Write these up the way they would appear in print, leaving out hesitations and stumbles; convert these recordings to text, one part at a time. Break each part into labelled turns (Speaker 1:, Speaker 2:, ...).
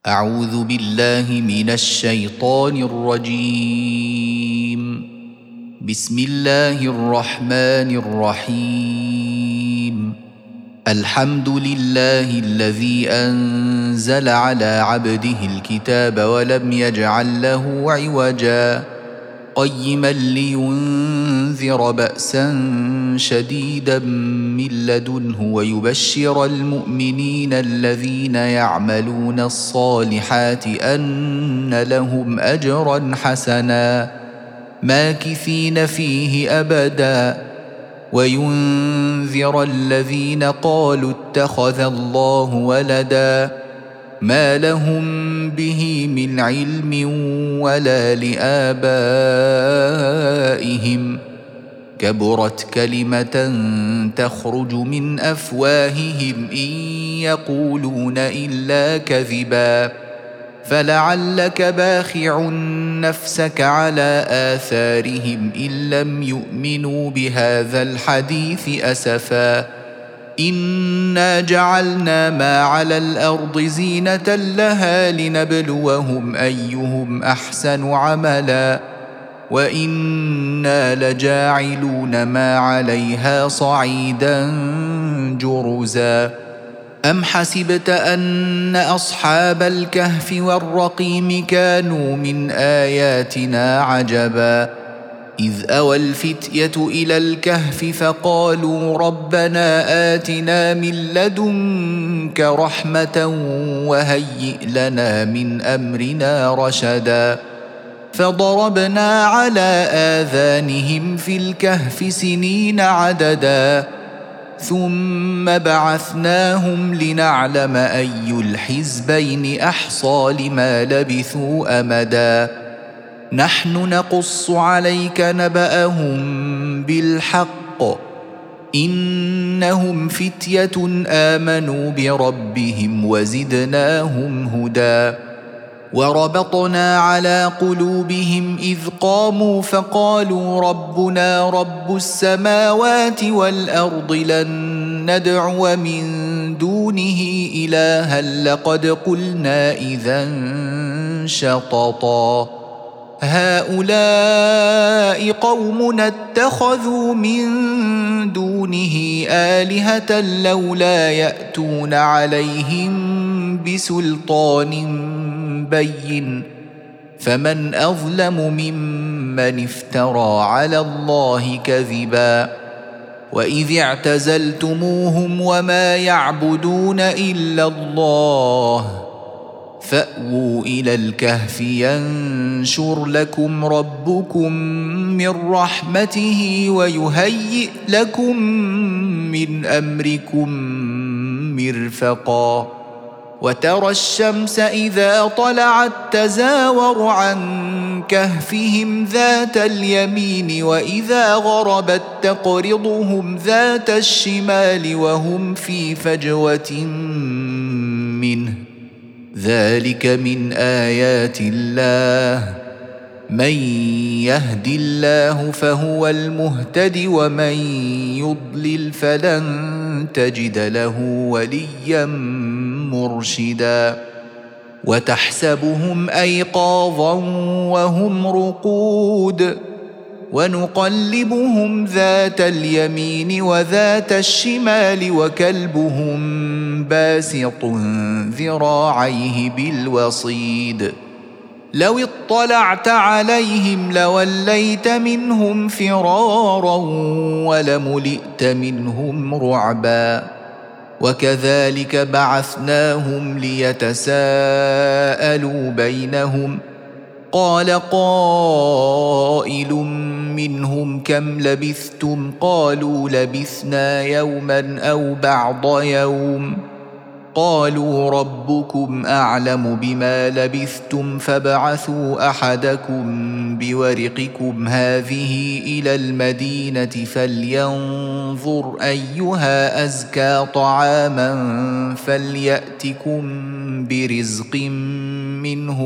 Speaker 1: أعوذ بالله من الشيطان الرجيم. بسم الله الرحمن الرحيم. الحمد لله الذي أنزل على عبده الكتاب ولم يجعل له عوجا قيما لينذر بأسا شديدا من لدنه ويبشر المؤمنين الذين يعملون الصالحات أن لهم أجرا حسنا ماكثين فيه أبدا وينذر الذين قالوا اتخذ الله ولدا ما لهم به من علم ولا لآبائهم كبرت كلمة تخرج من أفواههم إن يقولون إلا كذبا فلعلك باخع نفسك على آثارهم إن لم يؤمنوا بهذا الحديث أسفا إنا جعلنا ما على الأرض زينة لها لنبلوهم أيهم أحسن عملا وإنا لجاعلون ما عليها صعيدا جرزا أم حسبت أن أصحاب الكهف والرقيم كانوا من آياتنا عجبا إذ أوى الفتية إلى الكهف فقالوا ربنا آتنا من لدنك رحمة وهيئ لنا من أمرنا رشدا فضربنا على آذانهم في الكهف سنين عددا ثم بعثناهم لنعلم أي الحزبين أحصى لما لبثوا أمدا نحن نقص عليك نبأهم بالحق إنهم فتية آمنوا بربهم وزدناهم هدى وربطنا على قلوبهم إذ قاموا فقالوا ربنا رب السماوات والأرض لن ندعو من دونه إلها لقد قلنا إذا شططا هؤلاء قومنا اتخذوا من دونه آلهة لولا يأتون عليهم بسلطان بين فمن أظلم ممن افترى على الله كذبا وإذ اعتزلتموهم وما يعبدون إلا الله فأووا إلى الكهف ينشر لكم ربكم من رحمته ويهيئ لكم من أمركم مرفقا وترى الشمس إذا طلعت تزاور عن كهفهم ذات اليمين وإذا غربت تقرضهم ذات الشمال وهم في فجوة منه ذلك من آيات الله من يهد الله فهو المهتد ومن يضلل فلن تجد له وليا مرشدا وتحسبهم أيقاظا وهم رقود ونقلبهم ذات اليمين وذات الشمال وكلبهم باسط ذراعيه بالوصيد لو اطلعت عليهم لوليت منهم فرارا ولملئت منهم رعبا وكذلك بعثناهم ليتساءلوا بينهم قال قائل منهم كم لبثتم قالوا لبثنا يوما أو بعض يوم قالوا ربكم أعلم بما لبثتم فابعثوا أحدكم بورقكم هذه إلى المدينة فلينظر أيها أزكى طعاما فليأتكم برزق منه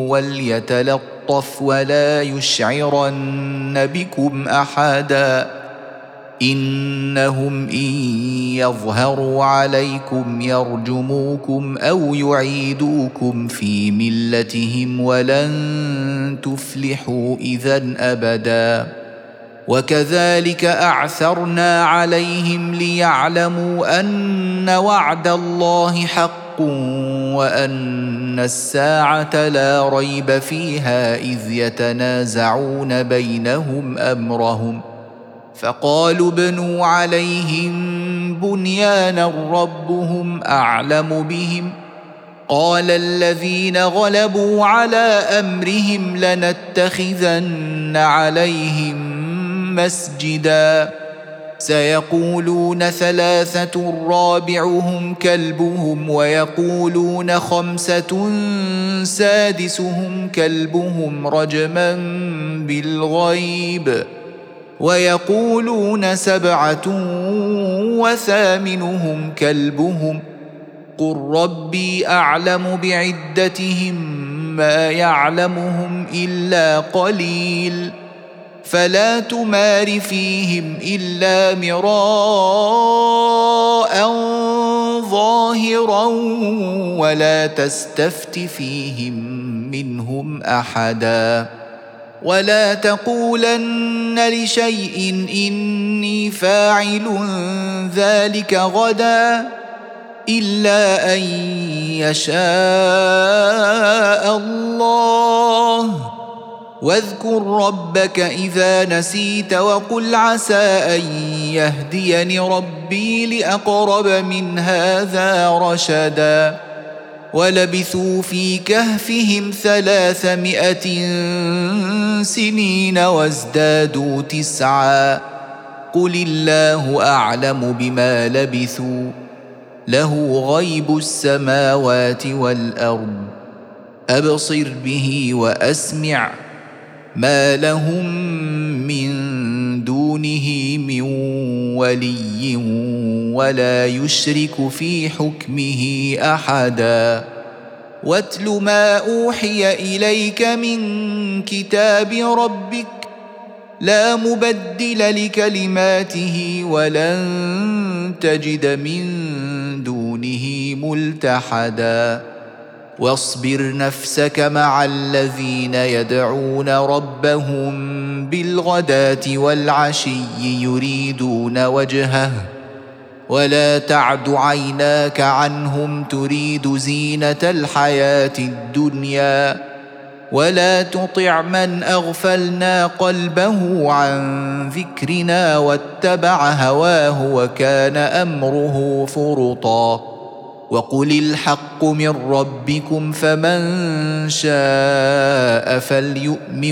Speaker 1: وليتلطف ولا يشعرن بكم أحدا إنهم إن يظهروا عليكم يرجموكم أو يعيدوكم في ملتهم ولن تفلحوا إذن أبدا. وكذلك أعثرنا عليهم ليعلموا أن وعد الله حق وأن الساعة لا ريب فيها إذ يتنازعون بينهم أمرهم فقالوا ابنوا عليهم بنيانا ربهم أعلم بهم قال الذين غلبوا على أمرهم لنتخذن عليهم مسجدا سيقولون ثلاثة رابعهم كلبهم ويقولون خمسة سادسهم كلبهم رجما بالغيب ويقولون سبعة وثامنهم كلبهم قل ربي أعلم بعدتهم ما يعلمهم إلا قليل فلا تمار فيهم إلا مراء ظاهرا ولا تستفت فيهم منهم أحدا ولا تقولن لشيء إني فاعل ذلك غدا إلا أن يشاء الله واذكر ربك إذا نسيت وقل عسى أن يهديني ربي لأقرب من هذا رشدا ولبثوا في كهفهم 300 سنين وازدادوا 9 قل الله أعلم بما لبثوا له غيب السماوات والأرض أبصر به وأسمع ما لهم من دونه من ولي ولا يشرك في حكمه أحدا واتل ما أوحي إليك من كتاب ربك لا مبدل لكلماته ولن تجد من دونه ملتحدا واصبر نفسك مع الذين يدعون ربهم بالغداة والعشي يريدون وجهه ولا تعد عيناك عنهم تريد زينة الحياة الدنيا ولا تطع من أغفلنا قلبه عن ذكرنا واتبع هواه وكان أمره فرطا وقل الحق من ربكم فمن شاء فليؤمن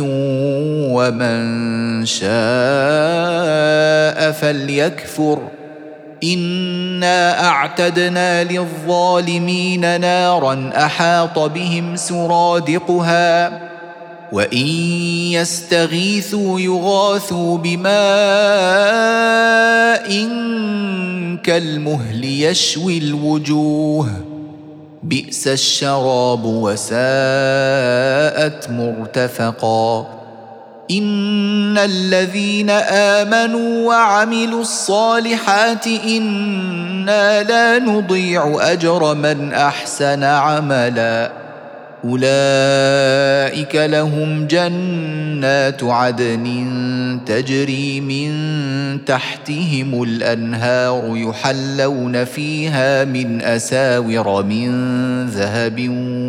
Speaker 1: ومن شاء فليكفر إنا أعتدنا للظالمين نارا أحاط بهم سرادقها وإن يستغيثوا يغاثوا بماء كالمهل يشوي الوجوه بئس الشراب وساءت مرتفقا إن الذين آمنوا وعملوا الصالحات إنا لا نضيع أجر من أحسن عملا أولئك لهم جنات عدن تجري من تحتهم الأنهار يحلون فيها من أساور من ذهب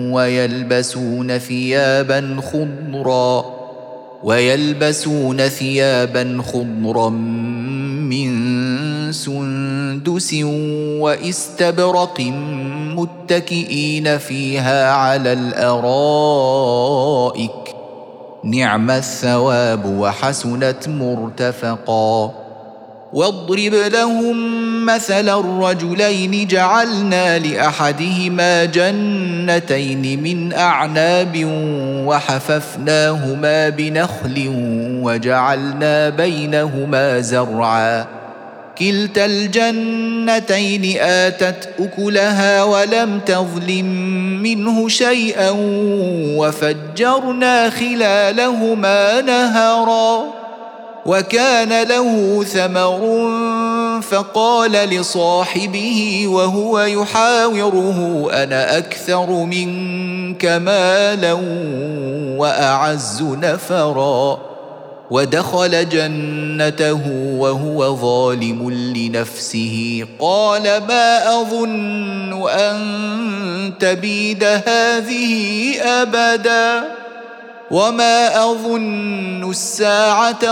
Speaker 1: ويلبسون ثيابا خضرا من سندس واستبرق متكئين فيها على الأرائك نعم الثواب وحسنت مرتفقا واضرب لهم مثلا الرجلين جعلنا لأحدهما جنتين من أعناب وحففناهما بنخل وجعلنا بينهما زرعا كلتا الجنتين آتت أكلها ولم تظلم منه شيئا وفجرنا خلالهما نهرا وكان له ثمر فقال لصاحبه وهو يحاوره أنا أكثر منك مالا وأعز نفرا ودخل جنته وهو ظالم لنفسه قال ما أظن أن تبيد هذه أبدا وما أظن الساعة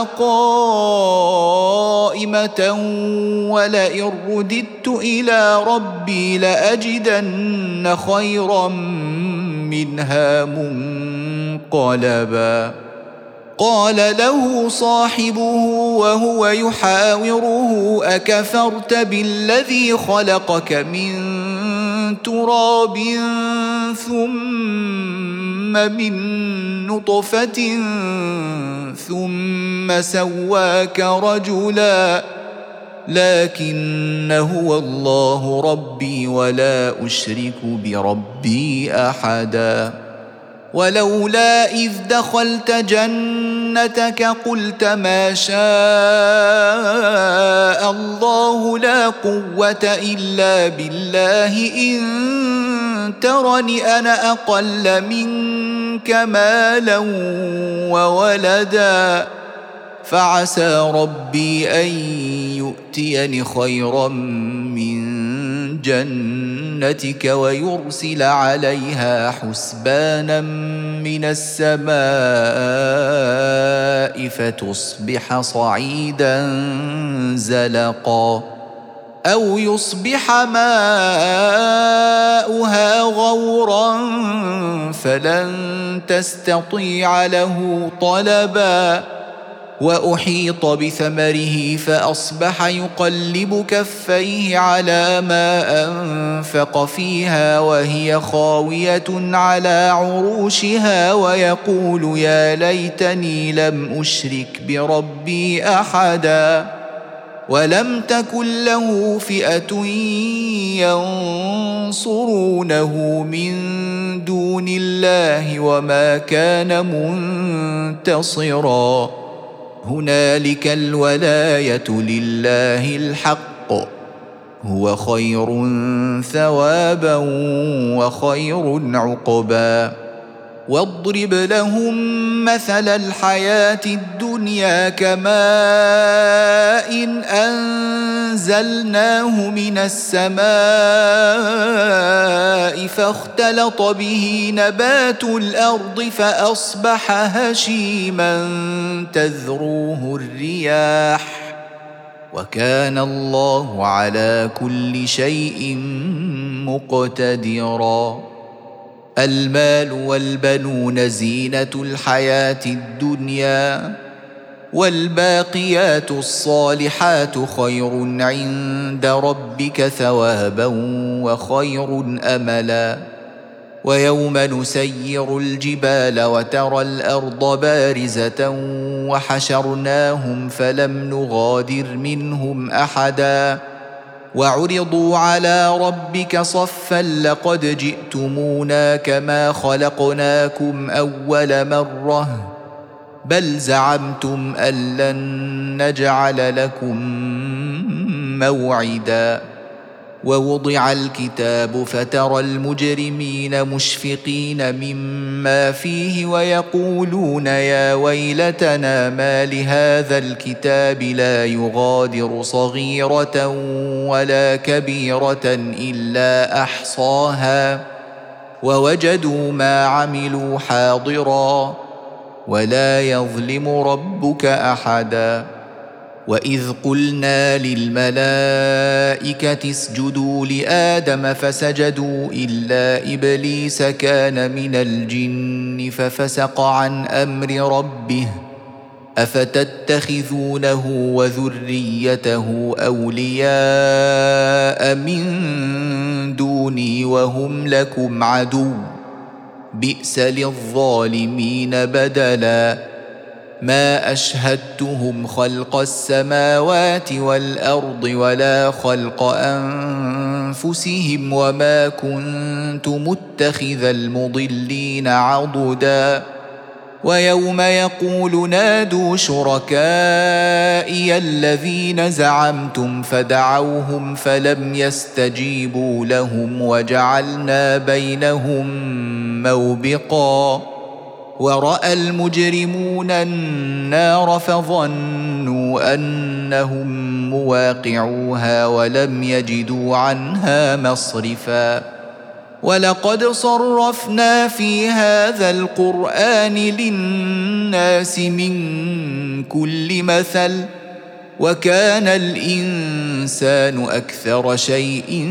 Speaker 1: قائمة ولئن رددت إلى ربي لأجدن خيرا منها منقلبا قال له صاحبه وهو يحاوره أكفرت بالذي خلقك من تراب ثم من نطفة ثم سواك رجلا لكن هو الله ربي ولا أشرك بربي أحدا ولولا إذ دخلت جنتك قلت ما شاء الله لا قوة إلا بالله إن ترني أنا أقل منك مالا وولدا فعسى ربي أن يؤتيني خيرا من جنتك ويرسل عليها حسبانا من السماء فتصبح صعيدا زلقا أو يصبح ماؤها غورا فلن تستطيع له طلبا وأحيط بثمره فأصبح يقلب كفيه على ما أنفق فيها وهي خاوية على عروشها ويقول يا ليتني لم أشرك بربي أحدا ولم تكن له فئة ينصرونه من دون الله وما كان منتصرا هنالك الولاية لله الحق هو خير ثوابا وخير عقبا واضرب لهم مثل الحياة الدنيا كماء إن أنزلناه من السماء فاختلط به نبات الأرض فأصبح هشيما تذروه الرياح وكان الله على كل شيء مقتدرا المال والبنون زينة الحياة الدنيا والباقيات الصالحات خير عند ربك ثوابا وخير أملا ويوم نسير الجبال وترى الأرض بارزة وحشرناهم فلم نغادر منهم أحدا وعرضوا على ربك صفا لقد جئتمونا كما خلقناكم أول مرة بل زعمتم أن لن نجعل لكم موعدا ووضع الكتاب فترى المجرمين مشفقين مما فيه ويقولون يا ويلتنا ما لهذا الكتاب لا يغادر صغيرة ولا كبيرة إلا أحصاها ووجدوا ما عملوا حاضرا ولا يظلم ربك أحدا وإذ قلنا للملائكة اسجدوا لآدم فسجدوا إلا إبليس كان من الجن ففسق عن أمر ربه أفتتخذونه وذريته أولياء من دوني وهم لكم عدو بئس للظالمين بدلا ما أشهدتهم خلق السماوات والأرض ولا خلق أنفسهم وما كنت متخذ المضلين عضدا ويوم يقول نادوا شركائي الذين زعمتم فدعوهم فلم يستجيبوا لهم وجعلنا بينهم موبقا ورأى المجرمون النار فظنوا أنهم مواقعوها ولم يجدوا عنها مصرفا ولقد صرفنا في هذا القرآن للناس من كل مثل وكان الإنسان أكثر شيء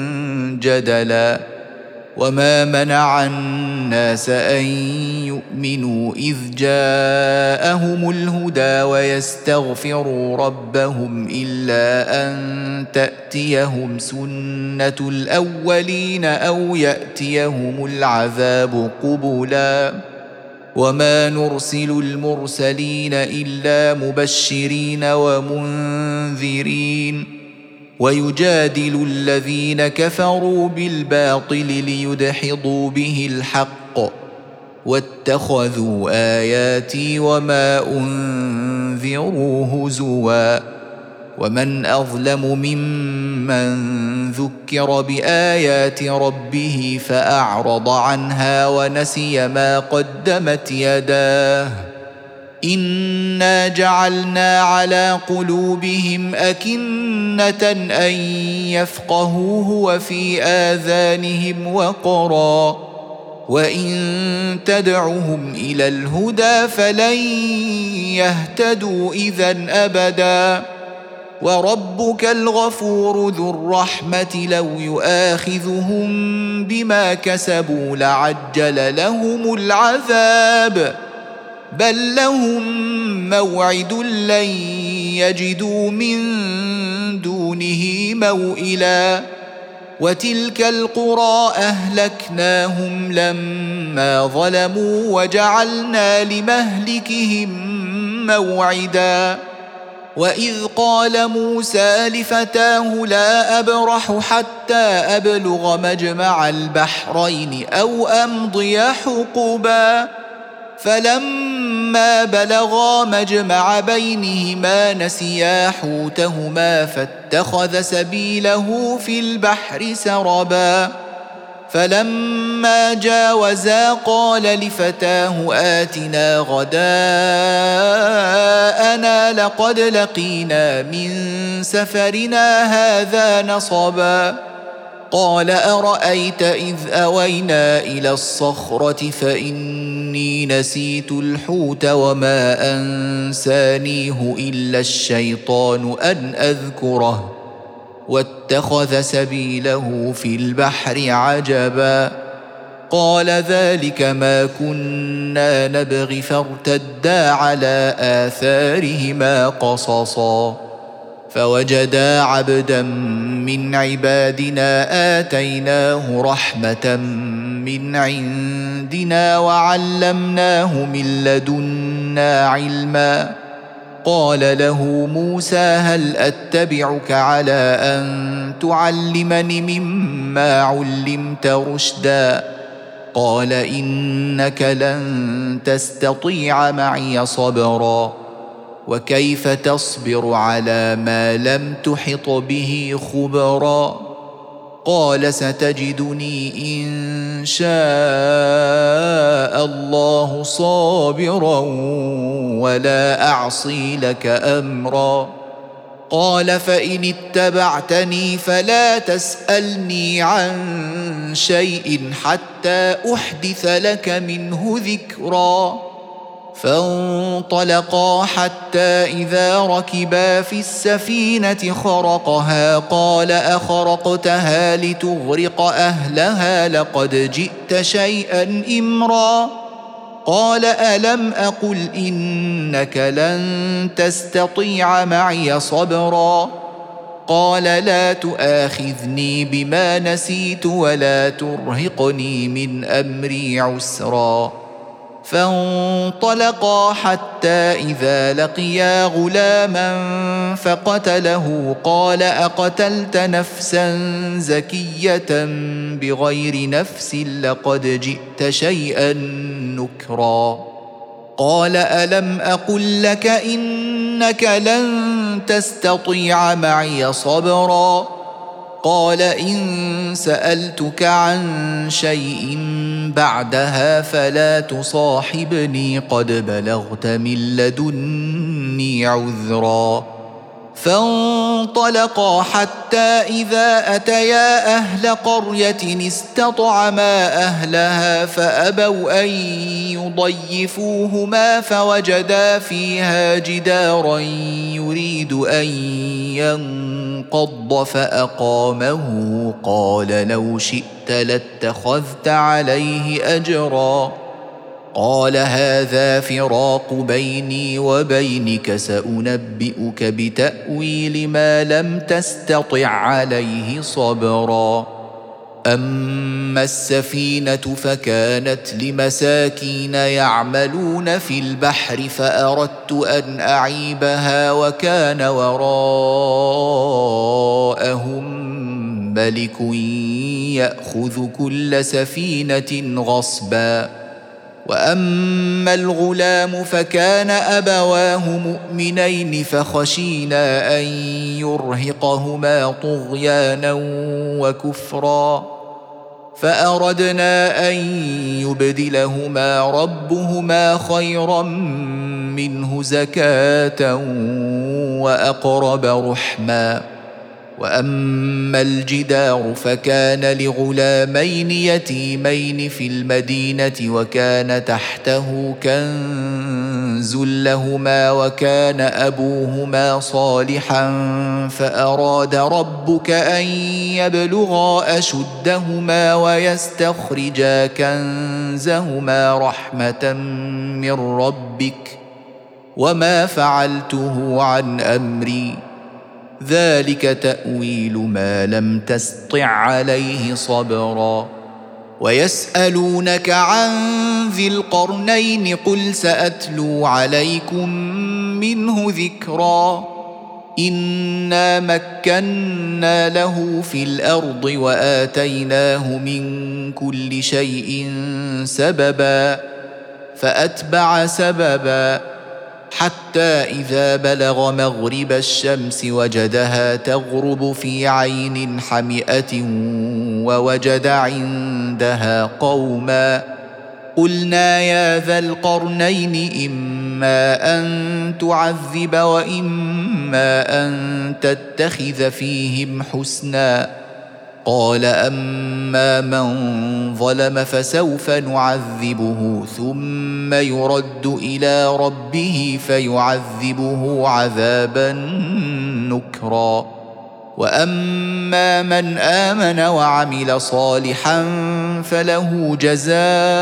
Speaker 1: جدلا وما منع الناس أن يؤمنوا إذ جاءهم الهدى ويستغفروا ربهم إلا أن تأتيهم سنة الأولين أو يأتيهم العذاب قبلا وما نرسل المرسلين إلا مبشرين ومنذرين ويجادل الذين كفروا بالباطل ليدحضوا به الحق واتخذوا آياتي وما أنذروا هزوا ومن أظلم ممن ذكر بآيات ربه فأعرض عنها ونسي ما قدمت يداه إنا جعلنا على قلوبهم أكنة أن يفقهوه وفي آذانهم وقرا وإن تدعهم إلى الهدى فلن يهتدوا إذن أبدا وربك الغفور ذو الرحمة لو يؤاخذهم بما كسبوا لعجل لهم العذاب بل لهم موعد لن يجدوا من دونه موئلا وتلك القرى أهلكناهم لما ظلموا وجعلنا لمهلكهم موعدا وإذ قال موسى لفتاه لا أبرح حتى أبلغ مجمع البحرين أو أمضي حقبا فلما بلغا مجمع بينهما نسيا حوتهما فاتخذ سبيله في البحر سربا فلما جاوزا قال لفتاه آتنا غداءنا لقد لقينا من سفرنا هذا نصبا قال أرأيت إذ أوينا إلى الصخرة فإني نسيت الحوت وما أنسانيه إلا الشيطان أن أذكره واتخذ سبيله في البحر عجبا قال ذلك ما كنا نبغي فارتدا على آثارهما قصصا فوجدا عبدا من عبادنا آتيناه رحمة من عندنا وعلمناه من لدنا علما قال له موسى هل أتبعك على أن تعلمني مما علمت رشدا قال إنك لن تستطيع معي صبرا وكيف تصبر على ما لم تحط به خبرا قال ستجدني إن شاء الله صابرا ولا أعصي لك أمرا قال فإن اتبعتني فلا تسألني عن شيء حتى أحدث لك منه ذكرا فانطلقا حتى إذا ركبا في السفينة خرقها قال أخرقتها لتغرق أهلها لقد جئت شيئا إمرا قال ألم أقل إنك لن تستطيع معي صبرا قال لا تؤاخذني بما نسيت ولا ترهقني من أمري عسرا فانطلقا حتى إذا لقيا غلاما فقتله قال أقتلت نفسا زكية بغير نفس لقد جئت شيئا نكرا قال ألم أقل لك إنك لن تستطيع معي صبرا قال إن سألتك عن شيء بعدها فلا تصاحبني قد بلغت من لدني عذرا فانطلقا حتى إذا أتيا أهل قرية استطعما أهلها فأبوا أن يضيفوهما فوجدا فيها جدارا يريد أن ينقض فأقامه قال لو شئت لاتخذت عليه أجرا قال هذا فراق بيني وبينك سأنبئك بتأويل ما لم تستطع عليه صبرا أما السفينة فكانت لمساكين يعملون في البحر فأردت أن أعيبها وكان وراءهم ملك يأخذ كل سفينة غصبا وأما الغلام فكان أبواه مؤمنين فخشينا أن يرهقهما طغيانا وكفرا فأردنا أن يبدلهما ربهما خيرا منه زكاة وأقرب رحما وأما الجدار فكان لغلامين يتيمين في المدينة وكان تحته كنز لهما وكان أبوهما صالحا فأراد ربك أن يبلغا أشدهما ويستخرجا كنزهما رحمة من ربك وما فعلته عن أمري ذلك تأويل ما لم تسطع عليه صبرا ويسألونك عن ذي القرنين قل سأتلو عليكم منه ذكرا إنا مكنا له في الأرض وآتيناه من كل شيء سببا فأتبع سببا حتى إذا بلغ مغرب الشمس وجدها تغرب في عين حمئة ووجد عندها قوما قلنا يا ذا القرنين إما أن تعذب وإما أن تتخذ فيهم حسنا قال أما من ظلم فسوف نعذبه ثم يرد إلى ربه فيعذبه عذابا نكرا وأما من آمن وعمل صالحا فله جزاء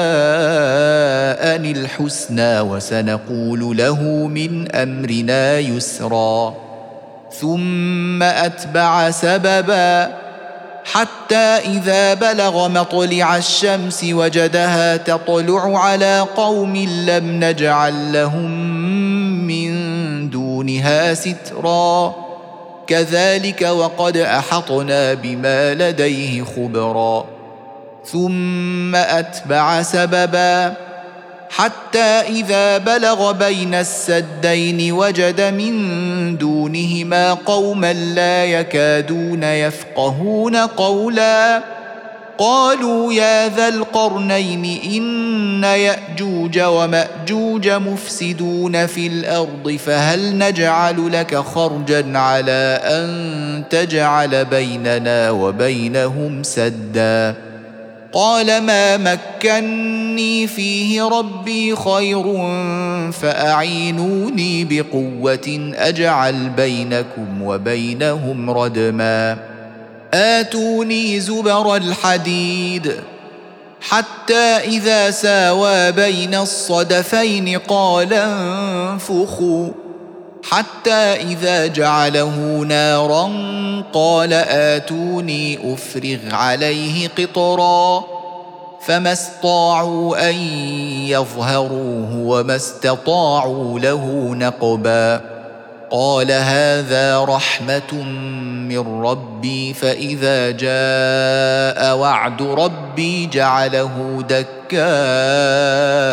Speaker 1: الحسنى وسنقول له من أمرنا يسرا ثم أتبع سببا حتى إذا بلغ مطلع الشمس وجدها تطلع على قوم لم نجعل لهم من دونها سترا كذلك وقد أحطنا بما لديه خبرا ثم أتبع سببا حتى إذا بلغ بين السدين وجد من دونهما قوما لا يكادون يفقهون قولا قالوا يا ذا القرنين إن يأجوج ومأجوج مفسدون في الأرض فهل نجعل لك خرجا على أن تجعل بيننا وبينهم سدا قال ما مكني فيه ربي خير فأعينوني بقوة أجعل بينكم وبينهم ردما آتوني زبر الحديد حتى إذا ساوى بين الصدفين قال انفخوا حتى إذا جعله نارا قال آتوني أفرغ عليه قطرا فما استطاعوا أن يظهروه وما استطاعوا له نقبا قال هذا رحمة من ربي فإذا جاء وعد ربي جعله دكاء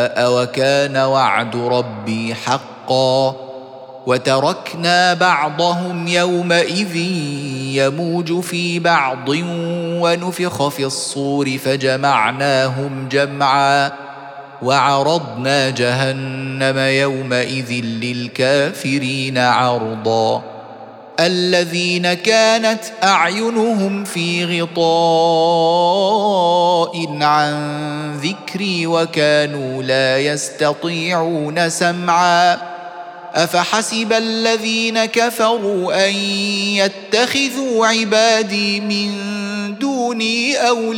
Speaker 1: وكان وعد ربي حقا وتركنا بعضهم يومئذ يموج في بعض ونفخ في الصور فجمعناهم جمعا وعرضنا جهنم يومئذ للكافرين عرضا الذين كانت أعينهم في غطاء عن ذكري وكانوا لا يستطيعون سمعا أفحسب الذين كفروا أن يتخذوا عبادي من دوني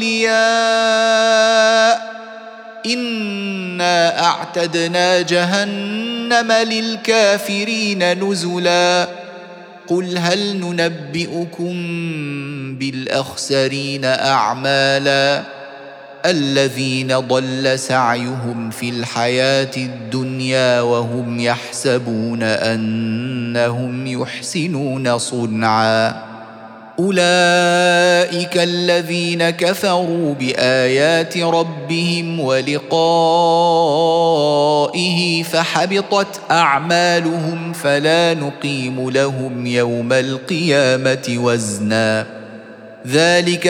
Speaker 1: أولياء إنا أعتدنا جهنم للكافرين نزلا قل هل ننبئكم بالأخسرين أعمالا الذين ضل سعيهم في الحياة الدنيا وهم يحسبون أنهم يحسنون صنعا أولئك الذين كفروا بآيات ربهم ولقائه فحبطت أعمالهم فلا نقيم لهم يوم القيامة وزنا ذلك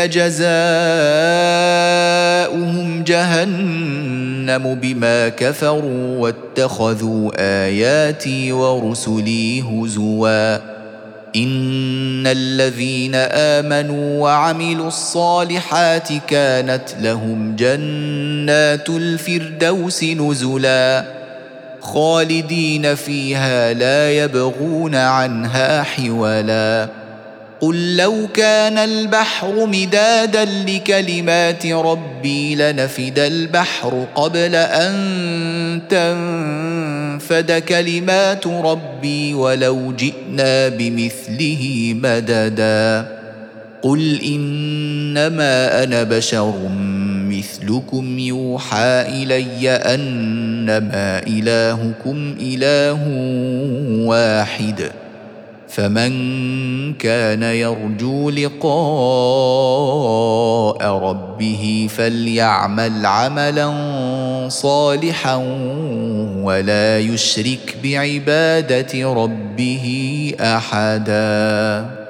Speaker 1: جزاؤهم جهنم بما كفروا واتخذوا آياتي ورسلي هزوا إن الذين آمنوا وعملوا الصالحات كانت لهم جنات الفردوس نزلا خالدين فيها لا يبغون عنها حولا قل لو كان البحر مدادا لكلمات ربي لنفد البحر قبل أن تنفد كلمات ربي ولو جئنا بمثله مددا قل إنما أنا بشر مثلكم يوحى إلي أنما إلهكم إله واحد فمن كان يرجو لقاء ربه فليعمل عملا صالحا ولا يشرك بعبادة ربه أحدا.